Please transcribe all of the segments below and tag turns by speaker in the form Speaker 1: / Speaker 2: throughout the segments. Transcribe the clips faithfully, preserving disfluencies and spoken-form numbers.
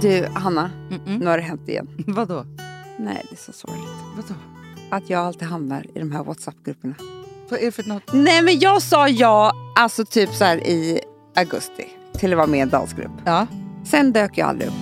Speaker 1: Du, Hanna,
Speaker 2: Mm-mm.
Speaker 1: nu har det hänt igen.
Speaker 2: Vadå?
Speaker 1: Nej, det är så sorgligt.
Speaker 2: Vadå?
Speaker 1: Att jag alltid hamnar i de här WhatsApp-grupperna.
Speaker 2: Vad är det för något?
Speaker 1: Nej, men jag sa ja, alltså typ så här i augusti, till att vara med i en dansgrupp.
Speaker 2: Ja.
Speaker 1: Sen dök jag aldrig upp.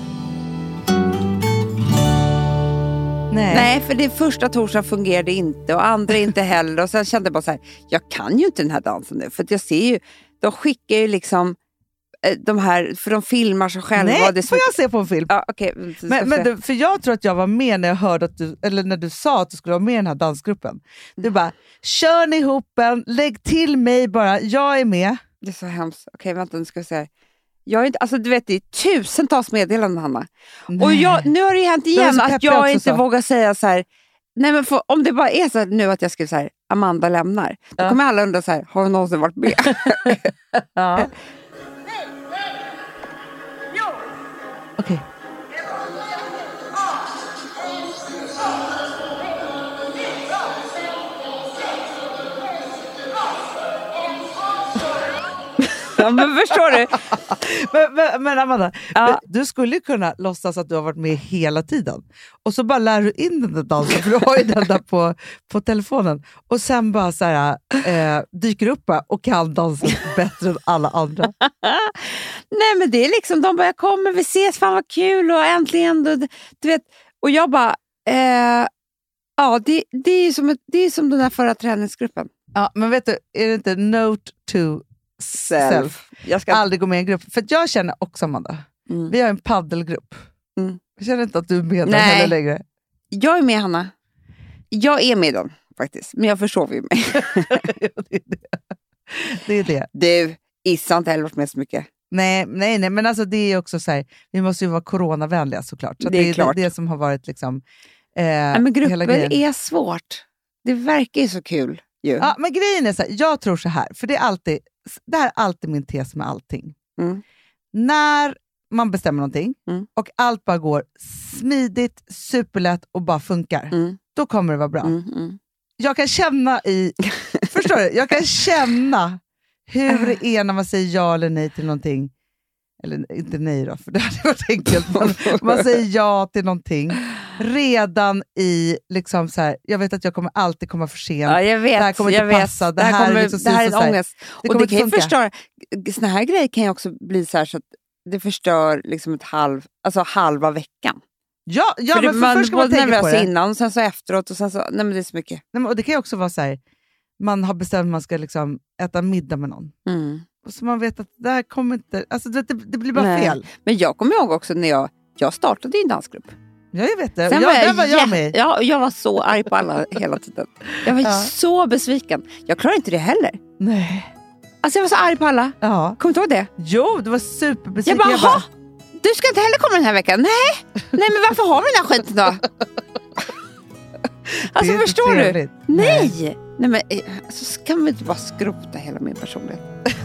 Speaker 2: Nej.
Speaker 1: Nej, för det första torsdagen fungerade inte och andra inte heller. Och sen kände jag bara så här, jag kan ju inte den här dansen nu. För att jag ser ju, de skickar ju liksom de här, för de filmar sig själva.
Speaker 2: Nej,
Speaker 1: det
Speaker 2: får jag se på en film?
Speaker 1: Ja, okej.
Speaker 2: Okay. Men, men du, för jag tror att jag var med när jag hörde att du, eller när du sa att du skulle vara med i den här dansgruppen. Du bara, kör ni ihop en, lägg till mig bara, jag är med.
Speaker 1: Det är så hemskt. Okej, vänta, nu ska vi se. Jag är inte, alltså du vet, det är tusentals meddelanden, Hanna. Nej. Och jag, nu har det hänt igen att jag inte så. vågar säga så här. Nej, men för, om det bara är så här nu att jag skriver så här, Amanda lämnar. Då ja. kommer alla undra så här, har hon någonsin varit med?
Speaker 2: Ja. Okej. Okay.
Speaker 1: Ja, men förstår du?
Speaker 2: men, men, men Amanda,
Speaker 1: ja.
Speaker 2: du skulle kunna låtsas att du har varit med hela tiden. Och så bara lär du in den där dansen, för du har ju den där på, på telefonen. Och sen bara så här, eh, dyker upp och kan dansa bättre än alla andra.
Speaker 1: Nej, men det är liksom, de bara, jag kommer, vi ses, fan vad kul och äntligen, du, du vet. Och jag bara, eh, ja, det, det är ju som, ett, det är som den där förra träningsgruppen.
Speaker 2: Ja, men vet du, är det inte note to self? self. Jag ska aldrig gå med i en grupp. För jag känner också, Amanda, mm. vi har en paddelgrupp. Mm. Jag känner inte att du är med den heller längre.
Speaker 1: Jag är med, Hanna. Jag är med den, faktiskt. Men jag försover ju mig.
Speaker 2: Ja, det är det. Det är det.
Speaker 1: Du, Issa har inte heller varit med så mycket.
Speaker 2: Nej, nej, nej, men alltså det är också så här, vi måste ju vara coronavänliga såklart. Så
Speaker 1: det är,
Speaker 2: det,
Speaker 1: klart.
Speaker 2: det är det som har varit liksom eh,
Speaker 1: ja, men grupper är svårt. Det verkar ju så kul. Ju.
Speaker 2: Ja, men grejen är så här, jag tror så här, för det är alltid, det här är alltid min tes med allting.
Speaker 1: Mm.
Speaker 2: När man bestämmer någonting
Speaker 1: mm.
Speaker 2: och allt bara går smidigt, superlätt och bara funkar,
Speaker 1: mm.
Speaker 2: då kommer det vara bra.
Speaker 1: Mm, mm.
Speaker 2: Jag kan känna i, förstår du? Jag kan känna hur det är när man säger ja eller nej till någonting. Eller inte nej då, för det hade varit enkelt. Men man säger ja till någonting redan i liksom så här, jag vet att jag kommer alltid komma för sent.
Speaker 1: Ja, jag vet,
Speaker 2: det här kommer
Speaker 1: jag
Speaker 2: inte
Speaker 1: vet.
Speaker 2: passa. Det,
Speaker 1: det här,
Speaker 2: här
Speaker 1: kommer,
Speaker 2: är liksom
Speaker 1: det här är en ångest.
Speaker 2: Det
Speaker 1: och det kan ju förstöra,
Speaker 2: såna
Speaker 1: här grejer kan ju också bli så här så att det förstör liksom ett halv, alltså halva veckan.
Speaker 2: Ja, ja
Speaker 1: för
Speaker 2: men för
Speaker 1: man,
Speaker 2: först ska man tänka på det.
Speaker 1: Innan och sen så efteråt och sen så, nej men det är så mycket.
Speaker 2: Nej, men, och det kan ju också vara så här, man har bestämt att man ska liksom äta middag med någon.
Speaker 1: Mm.
Speaker 2: Och så man vet att det här kommer inte, alltså det, det blir bara
Speaker 1: nej.
Speaker 2: fel.
Speaker 1: Men jag kommer ihåg också när jag, jag startade i en dansgrupp.
Speaker 2: Ja, jag vet det.
Speaker 1: Sen
Speaker 2: jag,
Speaker 1: var jag,
Speaker 2: där var jag med.
Speaker 1: Ja, jag var så arg på alla hela tiden. Jag var ja. så besviken. Jag klarar inte det heller.
Speaker 2: Nej.
Speaker 1: Alltså jag var så arg på alla.
Speaker 2: Ja.
Speaker 1: Kommer du ihåg det?
Speaker 2: Jo, det var superbesviken.
Speaker 1: Jag bara, jag bara du ska inte heller komma den här veckan. Nej, nej men varför har vi den här skiten då? Alltså förstår du? Nej. Nej. Nej men alltså, ska vi inte bara skrota hela min personlighet?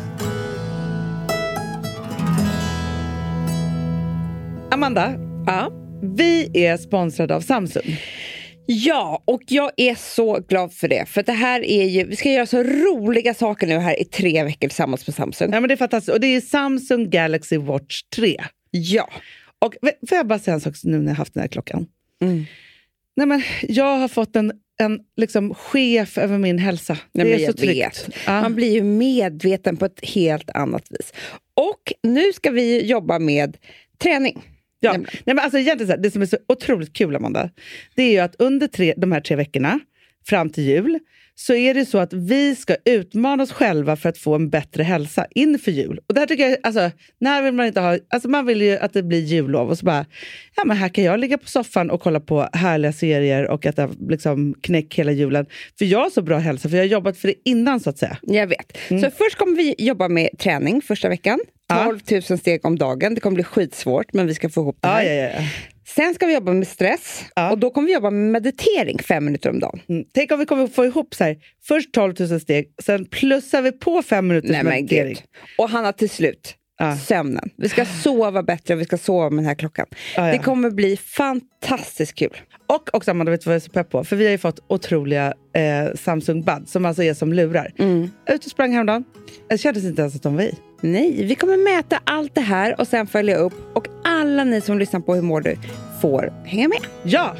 Speaker 2: Amanda,
Speaker 1: ja.
Speaker 2: vi är sponsrade av Samsung.
Speaker 1: Ja, och jag är så glad för det. För det här är ju, vi ska göra så roliga saker nu här i tre veckor tillsammans med Samsung.
Speaker 2: Ja, men det är fantastiskt. Och det är Samsung Galaxy Watch tre.
Speaker 1: Ja.
Speaker 2: Och får jag bara säga en sak nu när jag har haft den här klockan?
Speaker 1: Mm.
Speaker 2: Nej, men jag har fått en, en liksom chef över min hälsa.
Speaker 1: Nej,
Speaker 2: det är
Speaker 1: men
Speaker 2: så tryggt. Ja.
Speaker 1: Man blir ju medveten på ett helt annat vis. Och nu ska vi jobba med träning.
Speaker 2: Ja, nej, men alltså egentligen så här, det som är så otroligt kul, Amanda, det är ju att under tre, de här tre veckorna fram till jul så är det så att vi ska utmana oss själva för att få en bättre hälsa inför jul. Och det här tycker jag, alltså, när vill man inte ha, alltså man vill ju att det blir jullov och så bara, ja men här kan jag ligga på soffan och kolla på härliga serier och äta liksom knäck hela julen. För jag har så bra hälsa, för jag har jobbat för det innan så att säga.
Speaker 1: Jag vet. Mm. Så först kommer vi jobba med träning första veckan. tolv tusen steg om dagen. Det kommer bli skitsvårt, men vi ska få ihop det här.
Speaker 2: Ja, ja, ja.
Speaker 1: Sen ska vi jobba med stress. Ja. Och då kommer vi jobba med meditering fem minuter om dagen.
Speaker 2: Mm. Tänk om vi kommer få ihop så här. Först tolv tusen steg, sen plussar vi på fem minuter.
Speaker 1: Nej, meditering. Och Hanna, till slut. ja. sömnen. Vi ska sova bättre och vi ska sova med den här klockan. Ja, ja. Det kommer bli fantastiskt kul.
Speaker 2: Och också, Amanda, vet du vad jag är så pepp på? För vi har ju fått otroliga eh, Samsung Buds som alltså är som lurar. Mm. Ut och sprang häromdagen. Jag kändes inte ens att de var i.
Speaker 1: Nej, vi kommer mäta allt det här och sen följa upp. Och alla ni som lyssnar på Hur mår du får hänga med.
Speaker 2: Ja!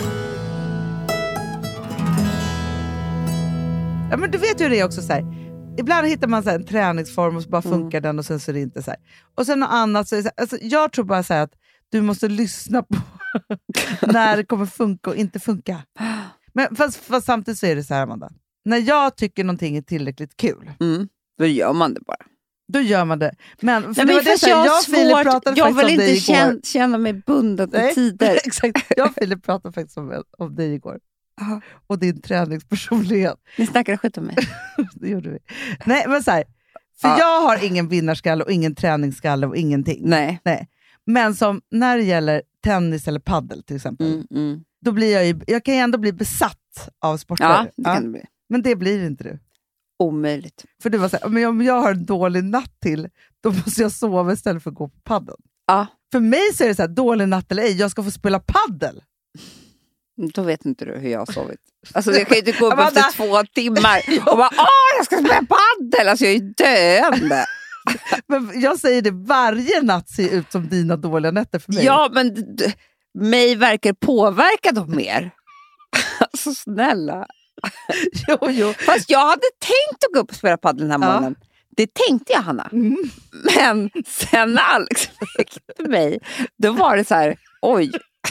Speaker 2: Ja, men du vet ju det också så här. Ibland hittar man så här en träningsform och så bara funkar mm. den och sen så är det inte så här. Och sen något annat så är det så här, alltså, jag tror bara så här att du måste lyssna på när det kommer funka och inte funka. Men fast, fast samtidigt så är det så här, Amanda. När jag tycker någonting är tillräckligt kul.
Speaker 1: Mm. Då gör man det bara.
Speaker 2: Då gör man det. Men, för
Speaker 1: Nej,
Speaker 2: det
Speaker 1: men
Speaker 2: det
Speaker 1: jag, jag,
Speaker 2: Filip pratade
Speaker 1: jag vill inte
Speaker 2: känna,
Speaker 1: känna mig bunden till tider.
Speaker 2: Exakt. Jag och Filip pratade faktiskt om, om dig igår. Aha. Och din träningspersonlighet.
Speaker 1: Ni snackade skit om mig.
Speaker 2: Det gjorde vi. Nej, men så här. För ja. jag har ingen vinnarskalle och ingen träningsskalle och ingenting.
Speaker 1: Nej.
Speaker 2: Nej. Men som när det gäller tennis eller paddel till exempel. Mm, mm. Då blir jag ju, jag kan ju ändå bli besatt av sporter.
Speaker 1: Ja, det kan ja. det bli.
Speaker 2: Men det blir inte du.
Speaker 1: Omöjligt.
Speaker 2: För du var så här, men om jag har en dålig natt till, då måste jag sova istället för att gå på paddel.
Speaker 1: Ja.
Speaker 2: För mig så är det så här, dålig natt eller ej, jag ska få spela paddel.
Speaker 1: Då vet inte du hur jag har sovit. Alltså jag kan ju inte gå upp efter två timmar och bara, åh jag ska spela paddel. Alltså jag är döende.
Speaker 2: Men jag säger det, varje natt ser ut som dina dåliga nätter för mig.
Speaker 1: Ja, men d- mig verkar påverka dem mer. Alltså snälla.
Speaker 2: jo, jo.
Speaker 1: Fast jag hade tänkt att gå upp och spela paddel den här morgonen. Ja. Det tänkte jag, Hanna. Mm. Men sen när Alex väckte mig, då var det så här, oj.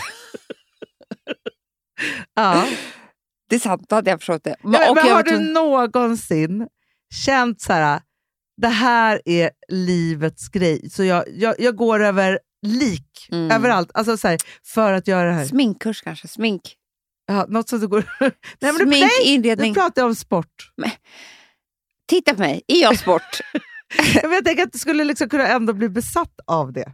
Speaker 2: Ja.
Speaker 1: Det är sant, då hade jag förstått det.
Speaker 2: Men, men, men har du någonsin känt så här, det här är livets grej, så jag, jag, jag går över lik mm. överallt, alltså så här, för att göra det här.
Speaker 1: Sminkkurs kanske, smink.
Speaker 2: Ja, något som du går... Nej, men
Speaker 1: smink,
Speaker 2: nej,
Speaker 1: inredning.
Speaker 2: Nu pratar jag om sport.
Speaker 1: Men, titta på mig, är jag sport?
Speaker 2: jag, jag tänker att du skulle liksom kunna ändå bli besatt av det.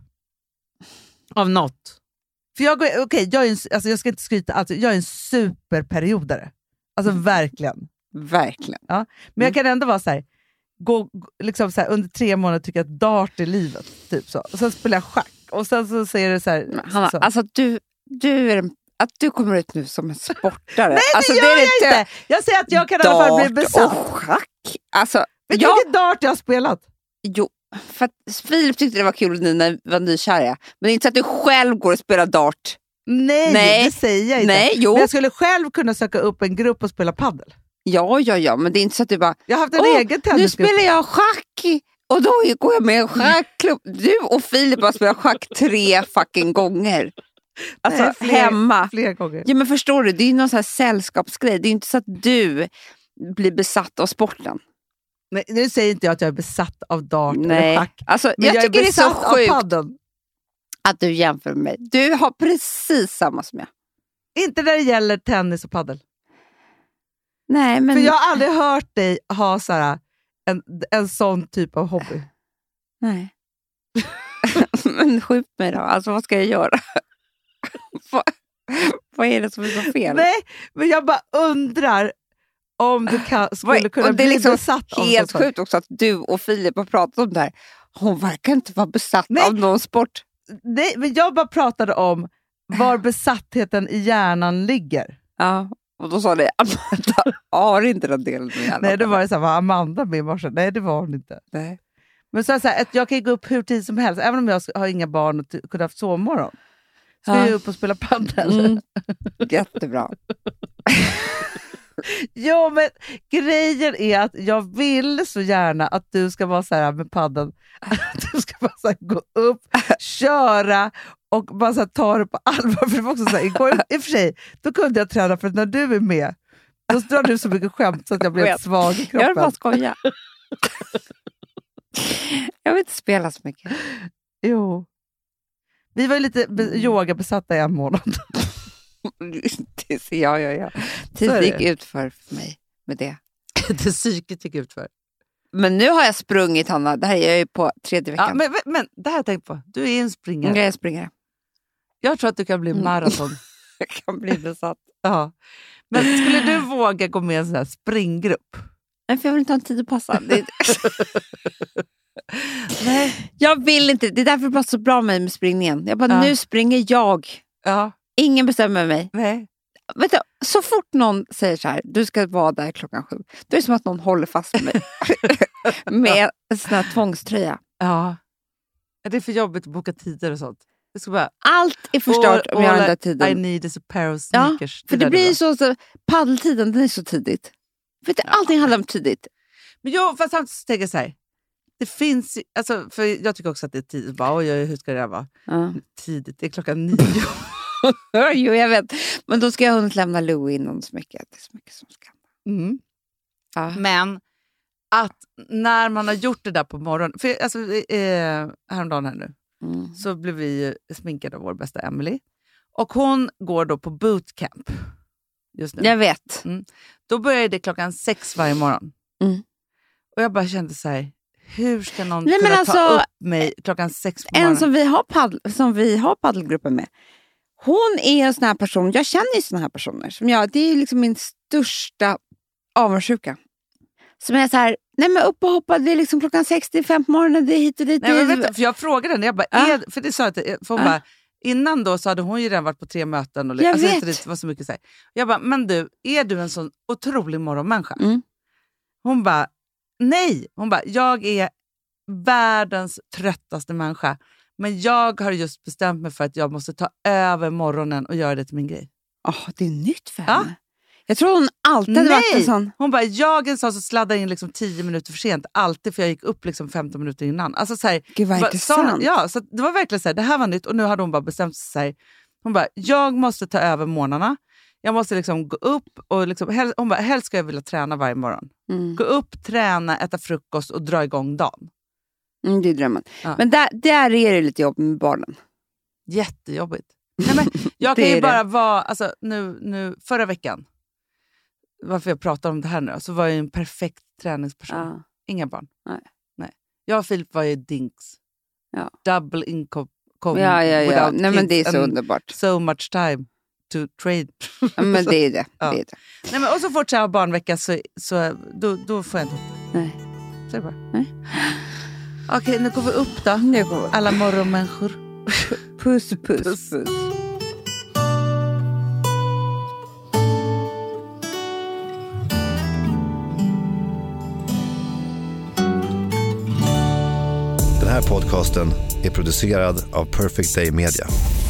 Speaker 2: Av något. För jag, går, okay, jag, är en, alltså jag ska inte skryta, alltså, jag är en superperiodare. Alltså mm. verkligen.
Speaker 1: Verkligen.
Speaker 2: Ja. Men mm. jag kan ändå vara så här, gå, liksom så här, under tre månader tycker jag att dart är livet. Typ så. Och sen spelar jag schack. Och sen så säger det så här...
Speaker 1: Men Hanna, så. Alltså du, du är en, att du kommer ut nu som en sportare.
Speaker 2: Nej, det
Speaker 1: alltså,
Speaker 2: gör
Speaker 1: det är
Speaker 2: jag inte! Jag säger att jag kan i alla fall bli besatt.
Speaker 1: Och schack. Alltså,
Speaker 2: vet du jag... vilket dart jag har spelat?
Speaker 1: Jo, för att Filip tyckte det var kul när ni var nykära. Men det är inte så att du själv går och spelar dart.
Speaker 2: Nej, Nej. det säger jag inte.
Speaker 1: Nej, jo.
Speaker 2: Men jag skulle själv kunna söka upp en grupp och spela paddel.
Speaker 1: Ja, ja, ja. Men det är inte så att du bara...
Speaker 2: Jag har haft en egen tennisgrupp.
Speaker 1: Nu spelar jag schack. Och då går jag med en schackklubb. Du och Filip har spelat schack tre fucking gånger. Alltså Nej, fler, hemma.
Speaker 2: Fler gånger.
Speaker 1: Ja, men förstår du? Det är ju någon sån här sällskapsgrej. Det är inte så att du blir besatt av sporten.
Speaker 2: Nej, nu säger inte jag att jag är besatt av dart
Speaker 1: Nej.
Speaker 2: eller schack.
Speaker 1: Alltså,
Speaker 2: men
Speaker 1: jag,
Speaker 2: jag
Speaker 1: tycker
Speaker 2: är
Speaker 1: det är så sjukt
Speaker 2: padden.
Speaker 1: Att du jämför med mig. Du har precis samma som jag.
Speaker 2: Inte när det gäller tennis och paddel.
Speaker 1: Nej, men...
Speaker 2: För jag har aldrig hört dig ha så här, en, en sån typ av hobby.
Speaker 1: Nej. Men skjut mig då. Alltså vad ska jag göra? vad, vad är det som är så fel?
Speaker 2: Nej, men jag bara undrar om du kan, skulle kunna
Speaker 1: och det är
Speaker 2: bli
Speaker 1: liksom
Speaker 2: besatt av
Speaker 1: helt sjukt också att du och Filip har pratat om det här. Hon verkar inte vara besatt Nej. av någon sport.
Speaker 2: Nej, men jag bara pratade om var besattheten i hjärnan ligger.
Speaker 1: Ja, och då sa det Amanda har inte den delen i hjärnan.
Speaker 2: Nej, det var det så här, var Amanda med i morse? Nej, det var hon inte.
Speaker 1: Nej.
Speaker 2: Men så, så här, att jag kan gå upp hur tid som helst, även om jag har inga barn och t- kunde ha haft sovmorgon. Så ja. jag upp och spela paddel. Mm.
Speaker 1: Jättebra.
Speaker 2: Jo, men grejen är att jag vill så gärna att du ska vara så här med paddeln. Att du ska bara så här, gå upp, köra och bara så här, ta det på allvar. För det var också så här, igår, i och för sig, då kunde jag träna, för när du är med, då drar du så mycket skämt så att jag blir helt svag i kroppen.
Speaker 1: Jag vill bara skoja. Jag vill inte spela så mycket.
Speaker 2: Jo. Vi var ju lite be- yogabesatta i en månad.
Speaker 1: ja, ja, ja. Tiden gick ut för, för mig med det.
Speaker 2: Det psyket gick ut för.
Speaker 1: Men nu har jag sprungit, Hanna. Det här är jag ju på tredje veckan.
Speaker 2: Ja, men, men det här har jag tänkt på. Du är en springare.
Speaker 1: Jag är springare.
Speaker 2: Jag tror att du kan bli maraton.
Speaker 1: Jag kan bli besatt.
Speaker 2: Ja. Men skulle du våga gå med i en sån här springgrupp?
Speaker 1: Nej, för jag vill inte ha en tid att passa. Det är... Nej. Jag vill inte. Det är därför det passar så bra med mig med springningen. Jag bara, ja. nu springer jag.
Speaker 2: Ja.
Speaker 1: Ingen bestämmer mig.
Speaker 2: Nej.
Speaker 1: Vet du, så fort någon säger så här, du ska vara där klockan sju. Då är det som att någon håller fast mig. med en sån här tvångströja.
Speaker 2: Ja. Det är för jobbigt att boka tider och sånt. Det ska bara,
Speaker 1: allt är förstört all, om jag har den där tiden.
Speaker 2: I need is a pair of sneakers.
Speaker 1: Ja, för det, det blir så, så paddeltiden, den är så tidigt. Vet du, ja. Allting handlar om tidigt.
Speaker 2: Men jag, fast samtidigt tänker jag så här. Det finns, alltså, för jag tycker också att det är tidigt. Bara, oj, hur ska det vara? Ja. Tidigt, det är klockan nio.
Speaker 1: Jo, jag vet. Men då ska jag hunnit lämna Louie innan så mycket. Det är så mycket som ska.
Speaker 2: Mm. Ja. Men att när man har gjort det där på morgonen. För alltså, eh, häromdagen här nu. Mm. Så blev vi sminkade av vår bästa Emily. Och hon går då på bootcamp. Just nu.
Speaker 1: Jag vet.
Speaker 2: Mm. Då börjar det klockan sex varje morgon.
Speaker 1: Mm.
Speaker 2: Och jag bara kände så här. Hur ska någon
Speaker 1: Nej,
Speaker 2: kunna
Speaker 1: alltså,
Speaker 2: ta upp mig klockan sex på morgonen?
Speaker 1: En som vi har, paddl, som vi har paddelgruppen med. Hon är en sån här person. Jag känner ju såna här personer. Som jag, det är liksom min största avundsjuka. Som är så här, nej men upp och hoppa, det är liksom klockan sextiofem på morgonen, det är hit och dit.
Speaker 2: Nej, men vet du, för jag frågade henne, jag bara, ja. är, för det sa jag till, för hon ja. bara, innan då så hade hon ju redan varit på tre möten. Och,
Speaker 1: jag
Speaker 2: alltså,
Speaker 1: vet.
Speaker 2: Inte det var så mycket så här. Jag bara, men du, är du en sån otrolig morgonmänniska?
Speaker 1: Mm.
Speaker 2: Hon bara, nej. Hon bara, jag är världens tröttaste människa. Men jag har just bestämt mig för att jag måste ta över morgonen och göra det till min grej.
Speaker 1: Oh, det är nytt för henne. Ja. Jag tror hon alltid hade varit en sån.
Speaker 2: Hon bara, jag är en sån som sladdar in liksom tio minuter för sent. Alltid, för jag gick upp liksom femton minuter innan. Alltså så här,
Speaker 1: Gud vad
Speaker 2: bara,
Speaker 1: intressant.
Speaker 2: Ja, så det var verkligen så här, det här var nytt. Och nu hade hon bara bestämt sig så här. Hon bara, jag måste ta över morgnarna. Jag måste liksom gå upp och liksom, hel, hon bara, helst ska jag vilja träna varje morgon.
Speaker 1: Mm.
Speaker 2: Gå upp, träna, äta frukost och dra igång dagen.
Speaker 1: Mm, det är drömmen. Ja. Men där, där är det lite jobb med barnen.
Speaker 2: Jättejobbigt. Nej, men jag kan ju bara vara, alltså nu, nu, förra veckan, varför jag pratar om det här nu, så var jag en perfekt träningsperson.
Speaker 1: Ja.
Speaker 2: Inga barn.
Speaker 1: Nej.
Speaker 2: Nej. Jag och Filip var ju dinks.
Speaker 1: Ja.
Speaker 2: Double income.
Speaker 1: Ja, ja, ja. Nej, men det är så underbart.
Speaker 2: So much time to trade.
Speaker 1: Ja, men det är det.
Speaker 2: Ja.
Speaker 1: det, är det.
Speaker 2: Nej, men och så fort jag har barnvecka så, så då, då får jag inte.
Speaker 1: Nej.
Speaker 2: Så är det bara.
Speaker 1: Nej.
Speaker 2: Okej, nu går vi upp då.
Speaker 1: Nu går vi.
Speaker 2: Alla morgonmänniskor.
Speaker 1: Puss, puss, puss. puss.
Speaker 3: Den här podcasten är producerad av Perfect Day Media.